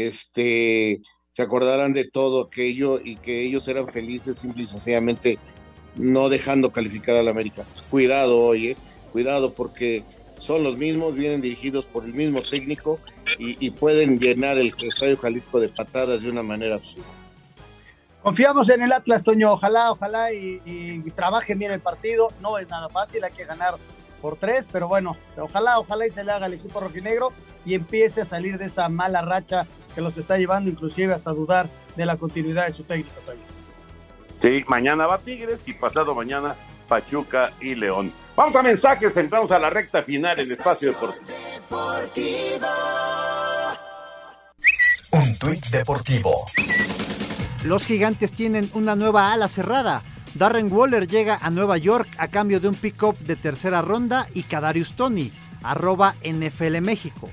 Se acordarán de todo aquello, y que ellos eran felices simple y sencillamente no dejando calificar al América. Cuidado hoy, cuidado, porque son los mismos, vienen dirigidos por el mismo técnico, y pueden llenar el Estadio Jalisco de patadas de una manera absurda. Confiamos en el Atlas, Toño, ojalá y trabajen bien el partido. No es nada fácil, hay que ganar por 3, pero bueno, ojalá y se le haga al equipo rojinegro y empiece a salir de esa mala racha que los está llevando inclusive hasta dudar de la continuidad de su técnico, Toño. Sí, mañana va Tigres y pasado mañana Pachuca y León. Vamos a mensajes, entramos a la recta final en Espacio Deportivo. Un tuit deportivo. Los Gigantes tienen una nueva ala cerrada. Darren Waller llega a Nueva York a cambio de un pick-up de tercera ronda y Kadarius Toney, @NFL México.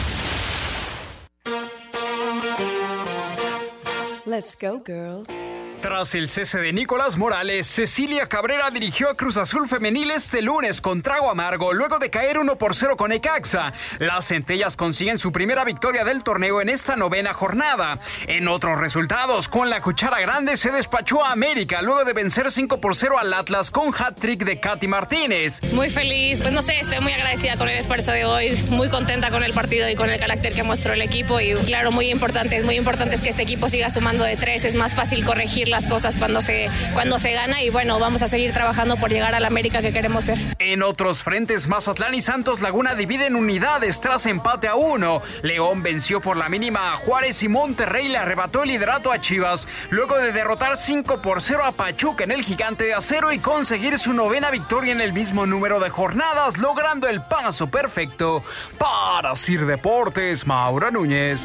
Let's go, girls. Tras el cese de Nicolás Morales, Cecilia Cabrera dirigió a Cruz Azul Femenil este lunes con trago amargo, luego de caer 1-0 con Necaxa. Las Centellas consiguen su primera victoria del torneo en esta 9ª jornada. En otros resultados, con la cuchara grande se despachó a América, luego de vencer 5-0 al Atlas con hat-trick de Katy Martínez. Muy feliz, pues no sé, estoy muy agradecida con el esfuerzo de hoy, muy contenta con el partido y con el carácter que mostró el equipo. Y claro, muy importante es que este equipo siga sumando de 3, es más fácil corregir las cosas cuando se gana y bueno, vamos a seguir trabajando por llegar al América que queremos ser. En otros frentes, Mazatlán y Santos Laguna dividen unidades tras empate a 1. León venció por la mínima a Juárez y Monterrey le arrebató el liderato a Chivas, luego de derrotar 5-0 a Pachuca en el Gigante de Acero y conseguir su 9ª victoria en el mismo número de jornadas, logrando el paso perfecto. Para Sir Deportes, Mauro Núñez.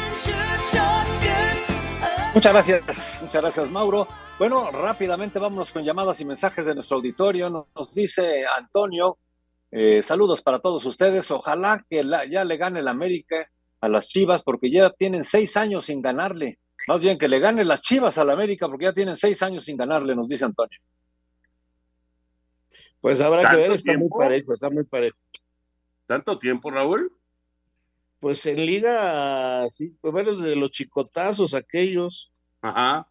Muchas gracias Mauro. Bueno, rápidamente vámonos con llamadas y mensajes de nuestro auditorio. Nos dice Antonio, saludos para todos ustedes, ojalá que ya le gane el América a las Chivas porque ya tienen 6 años sin ganarle. Más bien que le gane las Chivas al América porque ya tienen 6 años sin ganarle, nos dice Antonio. Pues habrá que ver, está muy parejo. ¿Tanto tiempo, Raúl? Pues en liga, sí, pues bueno, de los chicotazos aquellos. Ajá.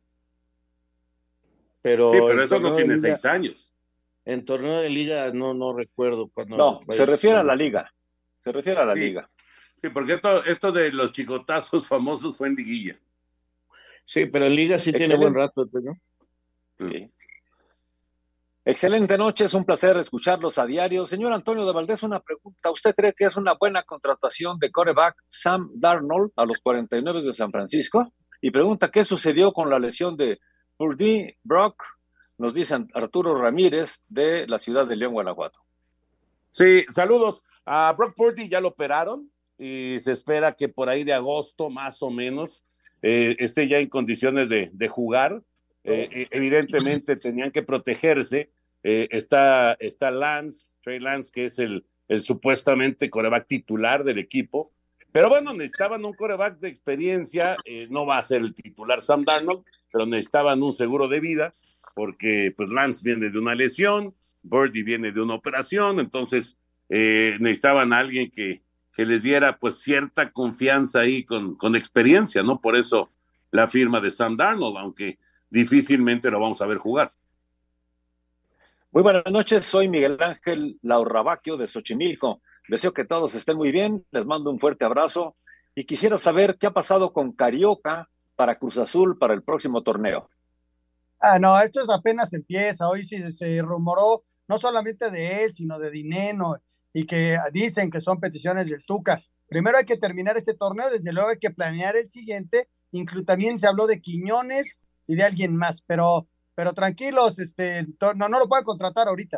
Pero sí, pero eso no tiene liga, 6 años. En torneo de liga no recuerdo cuando. No, se refiere a la liga. Liga. Sí, porque esto de los chicotazos famosos fue en liguilla. Sí, pero en liga sí tiene buen rato, ¿no? Sí. Excelente noche, es un placer escucharlos a diario. Señor Antonio de Valdés, una pregunta. ¿Usted cree que es una buena contratación de quarterback Sam Darnold a los 49 de San Francisco? Y pregunta, ¿qué sucedió con la lesión de Purdy Brock? Nos dice Arturo Ramírez de la ciudad de León, Guanajuato. Sí, saludos. A Brock Purdy ya lo operaron y se espera que por ahí de agosto, más o menos, esté ya en condiciones de jugar. Evidentemente tenían que protegerse. Está Trey Lance, que es el supuestamente quarterback titular del equipo, pero bueno, necesitaban un quarterback de experiencia. No va a ser el titular Sam Darnold, pero necesitaban un seguro de vida, porque pues Lance viene de una lesión, Birdie viene de una operación, entonces necesitaban a alguien que les diera pues cierta confianza ahí con experiencia, ¿no? Por eso la firma de Sam Darnold, aunque difícilmente lo vamos a ver jugar. Muy buenas noches, soy Miguel Ángel Laurrabaquio de Xochimilco. Deseo que todos estén muy bien, les mando un fuerte abrazo y quisiera saber qué ha pasado con Carioca para Cruz Azul para el próximo torneo. No, esto apenas empieza. Hoy sí se rumoró no solamente de él, sino de Dineno, y que dicen que son peticiones del Tuca. Primero hay que terminar este torneo, desde luego hay que planear el siguiente. También se habló de Quiñones y de alguien más, pero tranquilos, no lo pueden contratar ahorita.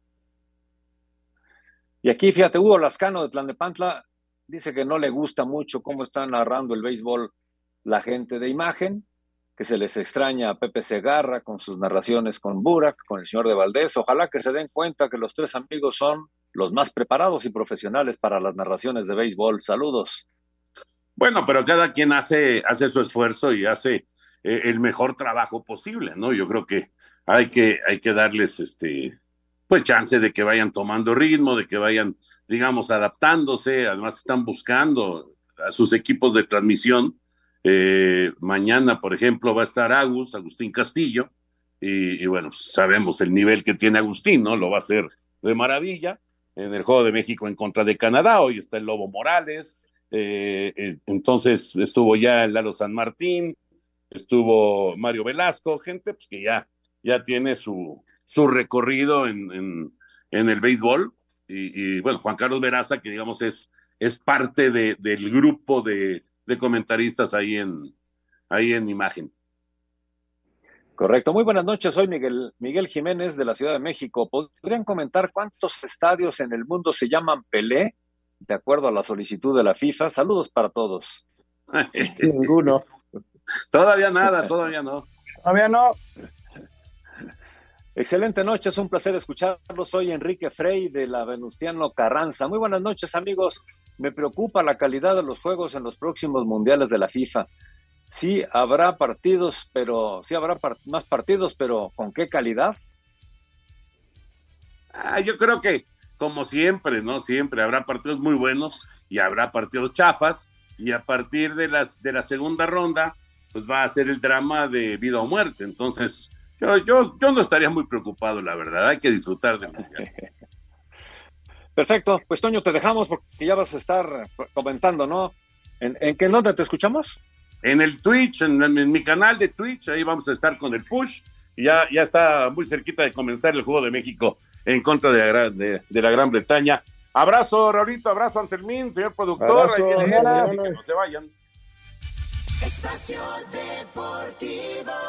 Y aquí, fíjate, Hugo Lascano de Tlalnepantla dice que no le gusta mucho cómo está narrando el béisbol la gente de Imagen, que se les extraña a Pepe Segarra con sus narraciones con Burak, con el señor de Valdés. Ojalá que se den cuenta que los 3 amigos son los más preparados y profesionales para las narraciones de béisbol. Saludos. Bueno, pero cada quien hace su esfuerzo y hace el mejor trabajo posible, ¿no? Yo creo que hay que darles pues chance de que vayan tomando ritmo, de que vayan, digamos, adaptándose. Además están buscando a sus equipos de transmisión. Mañana, por ejemplo, va a estar Agustín Castillo, y bueno, pues sabemos el nivel que tiene Agustín, ¿no? Lo va a hacer de maravilla en el Juego de México en contra de Canadá. Hoy está el Lobo Morales, entonces estuvo ya el Lalo San Martín, estuvo Mario Velasco, gente pues que ya tiene su recorrido en el béisbol, y bueno, Juan Carlos Veraza, que digamos es parte del grupo de comentaristas ahí en Imagen. Correcto. Muy buenas noches, soy Miguel Jiménez de la Ciudad de México. ¿Podrían comentar cuántos estadios en el mundo se llaman Pelé, de acuerdo a la solicitud de la FIFA? Saludos para todos. Ninguno. Todavía no. Todavía no. Excelente noche, es un placer escucharlos. Soy Enrique Frey de la Venustiano Carranza. Muy buenas noches, amigos. Me preocupa la calidad de los juegos en los próximos mundiales de la FIFA. Sí habrá partidos, pero sí habrá más partidos, pero ¿con qué calidad? Yo creo que, como siempre, ¿no? Siempre habrá partidos muy buenos y habrá partidos chafas, y a partir de la segunda ronda, pues va a ser el drama de vida o muerte. Entonces, yo no estaría muy preocupado, la verdad. Hay que disfrutar del mundial. Perfecto. Pues, Toño, te dejamos porque ya vas a estar comentando, ¿no? ¿En qué dónde te escuchamos? En el Twitch, en mi canal de Twitch, ahí vamos a estar con el push. Y ya está muy cerquita de comenzar el Juego de México en contra de la Gran Bretaña. Abrazo, Raulito, abrazo, Anselmín, señor productor. Abrazo, que no se vayan. Espacio Deportivo.